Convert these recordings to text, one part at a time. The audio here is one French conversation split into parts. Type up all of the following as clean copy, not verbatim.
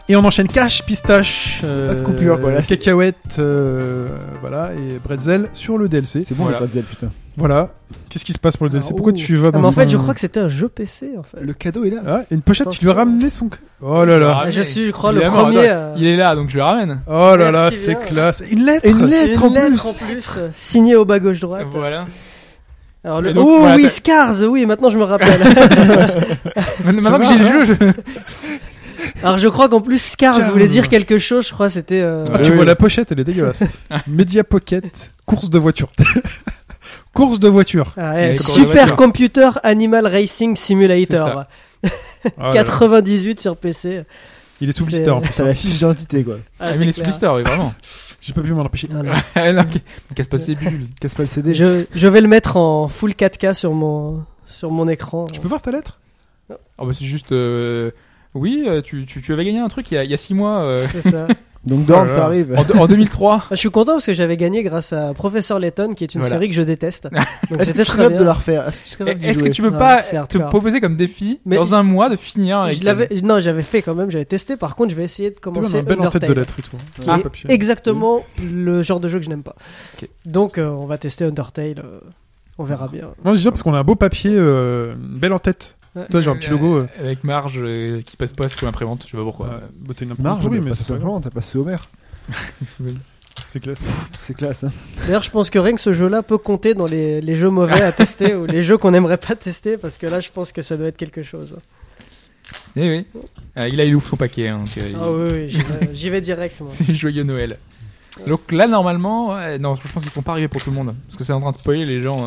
Et on enchaîne cache, pistache, Pas de coupure, voilà. cacahuètes, voilà, et bretzel sur le DLC. C'est bon, Voilà. le bretzel, putain. Voilà. Qu'est-ce qui se passe pour le DLC? Ah, Pourquoi ouh. tu vas dans Mais en fait, le- je crois que c'était un jeu PC en fait. Le cadeau est là. Ah, et une pochette, tu lui as Attention. ramené son... Oh là là. Ah, Je suis, je crois, le évidemment, premier. attends, il est là, donc je le ramène. Oh là là, Merci c'est bien. classe. Une lettre. Une lettre en plus. en plus, signée au bas gauche droite. Voilà. Alors le... Et donc, oh voilà, oui, t'as- Scars, oui, maintenant je me rappelle. Maintenant que j'ai le jeu, Alors je crois qu'en plus Scars Scars. voulait dire quelque chose, je crois c'était... Ah, tu vois la pochette, elle est dégueulasse. Media Pocket, course de voiture. Course de voiture. Ah, ouais, Et Super Computer Animal Racing Simulator. Oh là là. 98 sur PC. Il est sous C'est- blister en plus. T'as la fiche d'identité, quoi. Ah, c'est mais les clair. sous-listers, oui, vraiment. J'ai pas pu m'en empêcher. Voilà. Non, il casse pas ses bulles. Casse pas le CD. Je vais le mettre en full 4K sur mon écran. Je peux voir ta lettre? Oh, bah, c'est juste. Oui, tu avais gagné un truc il y a 6 mois. C'est ça. Donc Dorn, Oh là ça là. arrive. En 2003. Je suis content parce que j'avais gagné grâce à Professeur Layton, qui est une Voilà. série que je déteste. Donc Est-ce que c'était tu serais très capable de bien. la refaire? Est-ce que tu serais capable d'y Est-ce que jouer? tu peux Ah, pas c'est te hardcore. proposer comme défi Mais dans un mois de finir avec Non, j'avais fait quand même, j'avais testé. Par contre, je vais essayer de Tu vois, on commencer a un bel en tête de Undertale. lettre et tout. Qui Ah, est papier. exactement le genre de jeu que je n'aime pas. Ok. Donc, on va tester Undertale. On verra bien. Non, je dis ça parce qu'on a un beau papier, belle en tête. Ouais. Toi, j'ai un petit logo. Avec Marge qui passe pas comme imprimante, je sais pas pourquoi. Bah, t'as une imprimante Marge, pourrie, mais mais pas c'est tout pas grave. simplement, t'as pas sous Homer. C'est classe. C'est classe, hein. D'ailleurs, je pense que rien que ce jeu-là peut compter dans les jeux mauvais à tester ou les jeux qu'on n'aimerait pas tester parce que là, je pense que ça doit être quelque chose. Eh oui. Il ouvre son paquet. Hein, donc, Ah oui, oui, j'y vais direct. Moi. c'est joyeux Noël. Donc là, normalement, non, je pense qu'ils sont pas arrivés pour tout le monde. Parce que c'est en train de spoiler les gens.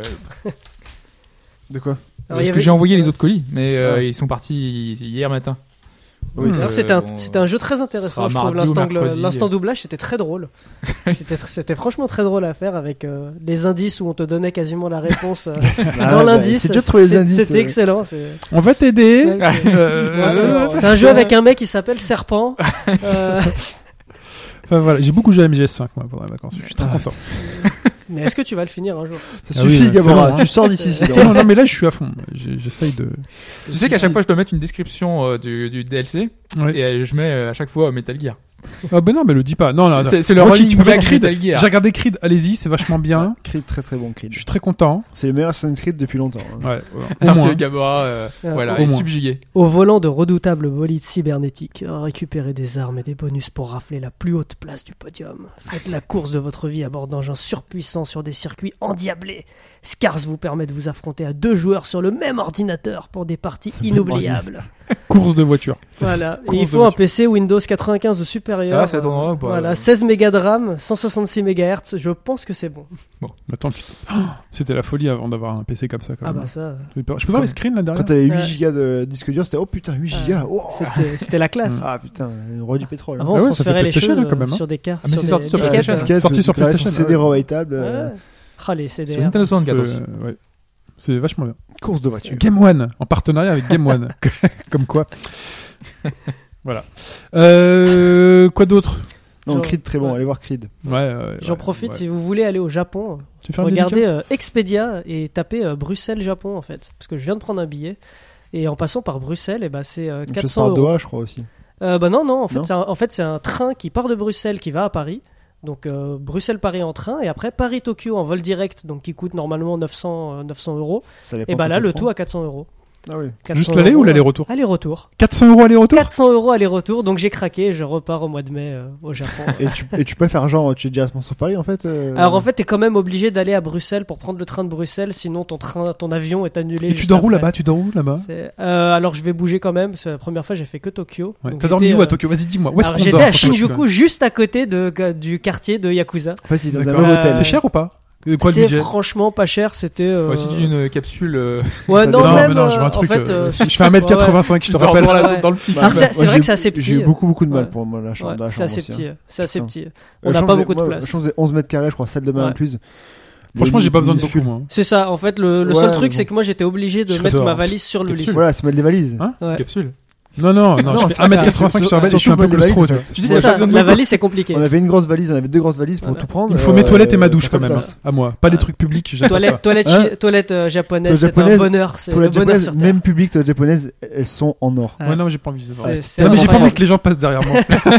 De quoi? Alors, il y Parce que avait- j'ai envoyé les autres colis, mais Ouais. ils sont partis hier matin. Oui. D'ailleurs, Donc, c'était un jeu très ça intéressant, sera je trouve. mardi ou L'instant mercredi. l'instant doublage, c'était très drôle. C'était franchement très drôle à faire avec les indices où on te donnait quasiment la réponse Ah, dans bah, l'indice. c'est dur de trouver les indices. C'était excellent. C'est On va t'aider. Ouais, c'est- Euh, c'est un jeu avec un mec qui s'appelle Serpent. Enfin voilà, j'ai beaucoup joué à MGS5 moi pendant les vacances. Je suis très Ah, content. Mais est-ce que tu vas le finir un jour? Ça Ah oui, suffit, c'est Gabora. bon, hein. Tu sors d'ici, C'est sinon. bon, non mais là je suis à fond. J'essaye de. Tu sais qu'à chaque fois, je dois mettre une description du DLC Ouais. et je mets à chaque fois Metal Gear. Ah ben non, mais le dis pas. Non, non. C'est le Moi, running tu peux gag mettre Creed. Metal Gear. J'ai regardé Creed. Allez-y, c'est vachement bien. Creed, très très bon Creed. Je suis très content. C'est le meilleur Assassin's Creed depuis longtemps. hein. Ouais. Au Alors moins. que Gabora, voilà, au est moins. subjugué. Au volant de redoutables bolides cybernétiques, récupérez des armes et des bonus pour rafler la plus haute place du podium. Faites la course de votre vie à bord d'engins surpuissants sur des circuits endiablés. Scars vous permet de vous affronter à 2 joueurs sur le même ordinateur pour des parties inoubliables. Course de voiture. Voilà. Et Course il de faut un voiture. PC Windows 95 ou supérieur. Ça va, ça tournera ou pas Voilà, 16 mégas de RAM, 166 MHz, je pense que c'est bon. Attends, c'était la folie avant d'avoir un PC comme ça. Quand Ah même. bah ça, Je peux voir les screens là Quand derrière. t'avais 8 Ouais. gigas de disque dur, c'était oh putain, 8 gigas. Oh. c'était la classe. Ah putain, le roi du pétrole. Avant, Ah on ouais, ça fait transférait les PlayStation, choses quand même, hein. sur des cartes, Ah, mais sur c'est des sorti sur disquettes. PlayStation. Sorti sur PlayStation, CD ouais. rewritable. Ouais. Ah, les Sur CDR. Nintendo 64 aussi. Ouais. C'est vachement bien. Course de voiture. Game One, en partenariat avec Game One. Comme quoi. Voilà. Quoi d'autre? Non, Genre- Creed très bon, ouais. allez voir Creed. Ouais. J'en profite, ouais. si vous voulez aller au Japon, Tu fais un regardez dédicace Expedia et tapez Bruxelles-Japon en fait. Parce que je viens de prendre un billet. Et en passant par Bruxelles, eh ben, c'est On passe 400 par euros. Doha, je crois aussi. Bah non, en fait, Non. c'est un train qui part de Bruxelles qui va à Paris. Donc Bruxelles-Paris en train et après Paris-Tokyo en vol direct, donc qui coûte normalement 900 euros. Ça dépend Et bah quand là, tu le le tout prends. à 400 euros. Ah oui. 400 Juste l'aller euros, ou l'aller-retour? Aller-retour. 400 euros aller-retour? 400 euros aller-retour, donc j'ai craqué et je repars au mois de mai au Japon. Et tu peux faire genre, tu es directement sur Paris en fait Alors en fait, t'es quand même obligé d'aller à Bruxelles pour prendre le train de Bruxelles, sinon ton avion est annulé. Et tu juste dors où après. là-bas? Tu dors où là-bas? Alors je vais bouger quand même, parce que la première fois j'ai fait que Tokyo. Ouais. Donc, T'as dormi j'étais, où à Tokyo? Vas-y, dis-moi. Où est-ce Alors qu'on j'étais dort à quand tu vas Shinjuku, juste à côté du quartier de Yakuza. En fait, il est dans un D'accord. même Euh, hôtel. C'est cher ou pas? Quoi le C'est budget? franchement pas cher, c'était... Ouais, si tu dis une capsule. Ouais, Ça non, dépend. même, mais non, je vois un truc. en fait, je fais 1m85, je te dors rappelle. dans, Ouais. dans le petit. Alors, c'est Moi, vrai j'ai- que c'est assez petit. J'ai eu beaucoup de mal Ouais. pour moi, la chambre. Ouais, dans la c'est chambre assez aussi, petit, hein. c'est assez Putain. petit. La On n'a chambre pas faisait- beaucoup de moi, place. La chambre faisait 11 mètres carrés, je crois, salle de bain Ouais. incluse. Franchement, j'ai pas besoin de minuscule. beaucoup, moi. C'est ça, en fait, le Ouais, seul mais truc, bon. c'est que moi j'étais obligé de Je mettre serais ma dehors. valise sur le lit. Capsule. Voilà, c'est mettre des valises. Hein Ouais. Capsule. Non, je fais 1m85 sur la valise, je suis un peu claustro. Tu dis C'est que ça, t'as besoin de la beaucoup. valise c'est compliqué. On avait une grosse valise, on avait 2 grosses valises pour Voilà. tout prendre. Il me faut mes toilettes et ma douche t'as quand pas de même, place. à moi. Pas les trucs publics, j'aime pas ça. Toilette japonaise, c'est un japonaise, bonheur, c'est le Toilettes bonheur japonaises, sur Terre. même public, toilettes japonaises, elles sont en or. Ouais, non, mais j'ai pas envie de voir. C'est Non, mais j'ai pas incroyable. envie que les gens passent derrière moi.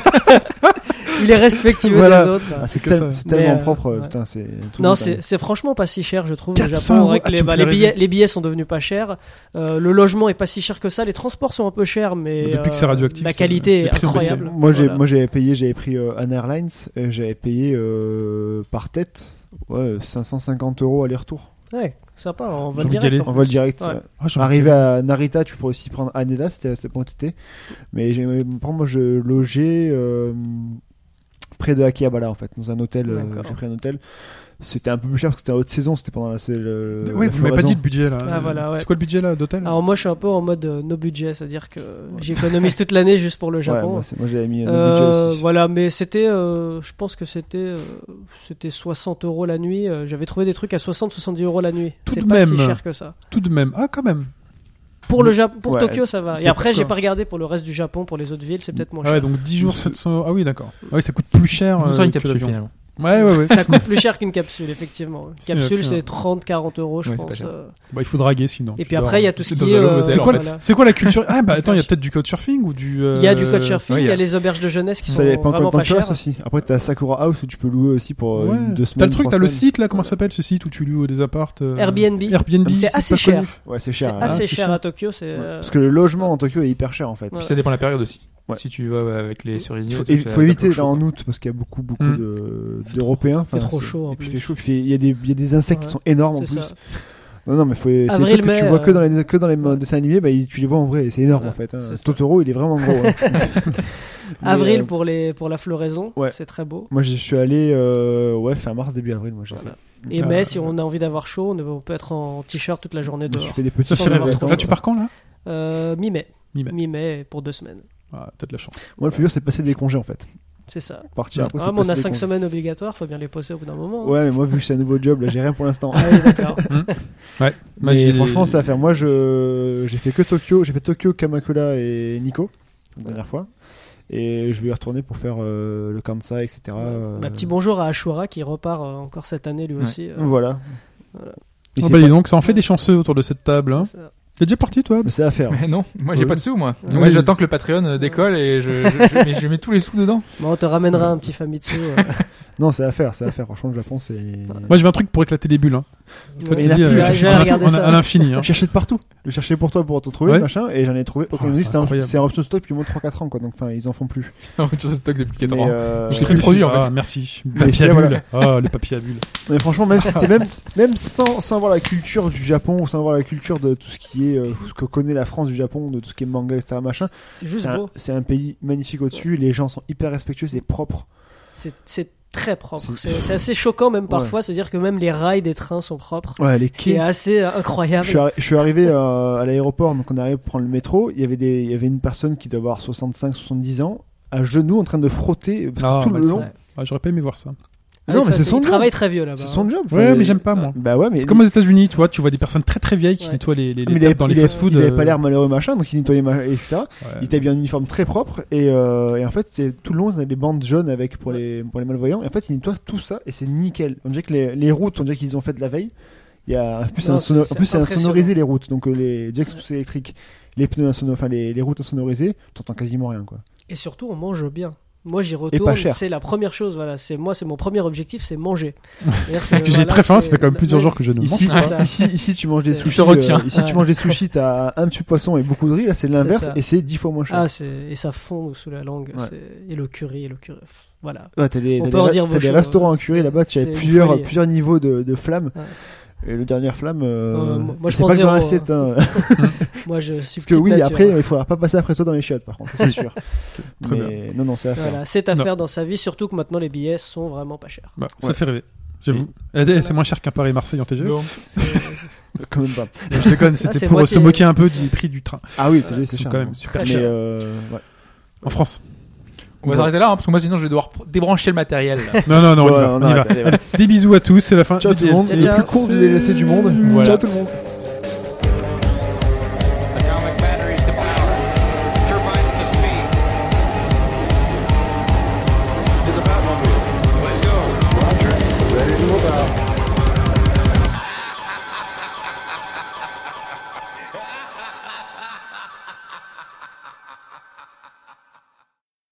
Il est respectueux Voilà. des autres. Ah, c'est que ça. tellement Mais, propre, ouais. putain, c'est. tout Non, le c'est franchement pas si cher, je trouve, au 400 Japon. Avec €, tu me fais les rêver. billets sont devenus pas chers. Le logement est pas si cher que ça. Les transports sont un peu chers, mais Depuis que c'est radioactif, la c'est- qualité les est prix ont baissé. incroyable. Voilà. Moi j'avais pris An Airlines, et j'avais payé par tête 550 € aller-retour. Ouais, sympa, on J'ai va envie d'y direct. aller. hein. En vol direct. Ouais. Ah, j'ai Arrivé à Narita, tu pourrais aussi prendre Haneda, c'était pour été. Mais par contre, moi je logeais près de Akihabara en fait, dans un hôtel. D'accord. J'ai pris un hôtel. C'était un peu plus cher parce que c'était en haute saison, c'était pendant la Oui, la vous m'avez pas floraison. dit le budget là. Ah, voilà, ouais. C'est quoi le budget là d'hôtel? Alors moi, je suis un peu en mode no budget, c'est-à-dire que j'économise toute l'année juste pour le Ouais, Japon. moi j'avais mis un budget aussi. Voilà, mais c'était, je pense que c'était 60 € la nuit. J'avais trouvé des trucs à 60-70 € la nuit. Tout C'est de pas si même. cher que ça. Tout de même. Ah, quand même. Pour le Japon, pour Ouais, Tokyo, ça va. Et c'est après, j'ai d'accord. pas regardé pour le reste du Japon, pour les autres villes, c'est peut-être moins Ah ouais, cher. donc 10 jours, 700. Ah oui, d'accord. Ah oui, ça coûte plus cher. Ce sera une que capsule l'avion. finalement. Ouais. Ça coûte plus cher qu'une capsule, effectivement. C'est Capsule, vrai. c'est 30-40 €, je Ouais, c'est pas pense. cher. Bah, il faut draguer sinon. Et Tu puis dors. après, il y a tout ce C'est qui dans est. un hôtel, C'est quoi, en c'est quoi la culture? Ah, bah attends, il y a peut-être du couchsurfing ou du. Il y a du couchsurfing, ouais, il il y y a a- les auberges de jeunesse qui Ça sont dépend vraiment quand pas tu restes chères. aussi. Après, t'as Sakura House où tu peux louer aussi pour Ouais. 2 semaines. T'as le truc, 3 t'as le semaines. site là, comment ça s'appelle ce site où tu loues des appartes Airbnb. Airbnb. C'est assez pas cher. connu. Ouais, c'est C'est cher. assez c'est cher cher. à Tokyo, c'est. Parce que le logement en Tokyo est hyper cher en fait. Ouais. Puis ça dépend de la période aussi. Ouais. Si tu vas avec les cerisiers. Il faut éviter d'aller en août parce qu'il y a beaucoup d'Européens. fait trop c'est- chaud, en et puis plus. il fait chaud. Puis il y a des insectes qui Ouais. sont énormes en C'est plus. ça. Non, mais c'est des Avril, trucs que mai, tu vois que dans les dessins animés, bah, tu les vois en vrai, et c'est énorme Ouais, en fait. Hein. c'est ça. Totoro, il est vraiment gros. hein. Mais, Avril pour la floraison, ouais. c'est très beau. Moi, je suis allé fin mars, début avril. Moi, j'ai Voilà. fait. Et Ah, mai, si on a envie d'avoir chaud, on peut être en t-shirt toute la journée J'ai dehors. fait des petits Ça Sans fait avoir rêver. trop Là, chaud. tu pars quand là? Mi-mai. Mi-mai. Mi-mai pour 2 semaines. Ah, t'as de la chance. Moi, le plus dur, c'est de passer des congés en fait. C'est ça. Partir après, Ah, c'est mais on a passer des 5 congés. semaines obligatoires, faut bien les poser au bout d'un moment. Ouais, mais moi, vu que c'est un nouveau job, là, j'ai rien pour l'instant. Ah oui, d'accord. Ouais. Moi, Mais j'ai- franchement, c'est à faire. Moi, j'ai fait que Tokyo. J'ai fait Tokyo, Kamakura et Nikko la dernière fois. Et je vais y retourner pour faire le Kansai, etc. Bah, petit bonjour à Ashura qui repart encore cette année lui Ouais. aussi. Voilà. Voilà. Mais Oh, c'est bah, dis pas- donc, ça en fait des chanceux autour de cette table. Hein. Ça- T'es déjà parti toi? mais c'est à faire. Mais non, moi j'ai Ouais. pas de sous moi. Ouais. Moi j'attends que le Patreon décolle et je mets tous les sous dedans. Bon, on te ramènera un petit Famitsu. Non, c'est à faire. Franchement, le Japon, c'est. Moi, j'ai un truc pour éclater les bulles. Hein. Toi, Mais tu il a dis, plus, je j'ai cherche regardé à ça. l'infini. Hein. Je cherchais de partout. Je cherchais pour toi pour te trouver, Ouais. machin, et j'en ai trouvé aucun. Oh, C'était c'est incroyable. c'est en option stock depuis au moins 3-4 ans, quoi. Donc, enfin, ils en font plus. C'est un rupture de stock depuis 4 Mais, ans. Je C'est très plus produit, en Ah, fait. merci. Mais Papier à voilà. bulles. Ah, le papier à bulles. Mais franchement, même, même sans voir la culture du Japon, ou sans voir la culture de tout ce qui est, ce que connaît la France du Japon, de tout ce qui est manga, etc., machin, C'est juste beau. c'est un pays magnifique au-dessus. Les gens sont hyper respectueux, c'est propre. C'est très propre. C'est- C'est assez choquant même Ouais. parfois, c'est-à-dire que même les rails des trains sont propres. Ouais, les Ce qui est quais. assez incroyable. Je suis arrivé à l'aéroport, donc on est arrivé pour prendre le métro. Il y avait une personne qui doit avoir 65-70 ans, à genoux, en train de frotter parce que Ah, tout le malsain. long. Ouais. Ah, j'aurais pas aimé voir ça. Non, mais c'est son Il job. travaille très vieux là-bas. C'est son job. Ouais, Enfin, mais j'aime pas moi. Bah ouais, mais C'est comme aux États-Unis, tu vois des personnes très très vieilles qui Ouais. nettoient les mais tables dans les fast-food. il avait pas l'air malheureux machin, donc il nettoyait etc. Ouais. Il était bien en uniforme très propre et en fait tout le long on a des bandes jaunes avec pour les malvoyants et en fait il nettoie tout ça et c'est nickel. On dirait que les routes on dirait qu'ils ont fait de la veille. Il y a en plus Non, c'est c'est c'est impressionnant. insonorisé les routes donc les dirais que c'est électrique, les pneus les routes insonorisées, t'entends quasiment rien quoi. Et surtout, on mange bien. Moi, j'y pas retourne. cher. C'est la première chose. Voilà, c'est mon premier objectif, c'est manger. Parce que j'ai très faim, ça fait quand même plusieurs jours que je ne mange Ici, pas. c'est ça. ici tu manges des C'est- sushis. Il se retient. Ici tu Ouais. manges des sushis, t'as un petit poisson et beaucoup de riz. Là c'est l'inverse ça. et c'est 10 fois moins cher. Ah, et ça fond sous la langue. Ouais. Et le curry. Voilà. Ouais, t'as des, On t'as peut des, en dire t'as vos des choses, restaurants en ouais. curry là-bas, tu as C'est une plusieurs folie. niveaux de flammes. Ouais. Et le dernière flamme, moi, je c'est pense pas que dans zéro, l'assiette. Hein. Moi, je suis Parce que petite oui, nature. après, il faudra pas passer après toi dans les chiottes, par contre, ça, c'est sûr. Très Mais non, c'est à faire. Voilà, c'est à Non. faire dans sa vie, surtout que maintenant les billets sont vraiment pas chers. Bah, Ouais. ça fait rêver. J'avoue. C'est moins cher qu'un Paris-Marseille en TGV. Non. Quand même pas. Je déconne, c'était c'est pour moitié- se moquer un peu du prix du train. Ah oui, TGV, c'est Ils sont cher. quand non. même super Mais chers. ouais. En France. On va s'arrêter là hein, parce que moi sinon je vais devoir débrancher le matériel. là. Non, on y Ouais, va. on on y va. arrête, allez, Des bisous à tous, c'est la fin. Ciao du tout le monde, DLC. c'est le plus court du DLC du monde. Voilà. Ciao tout le monde.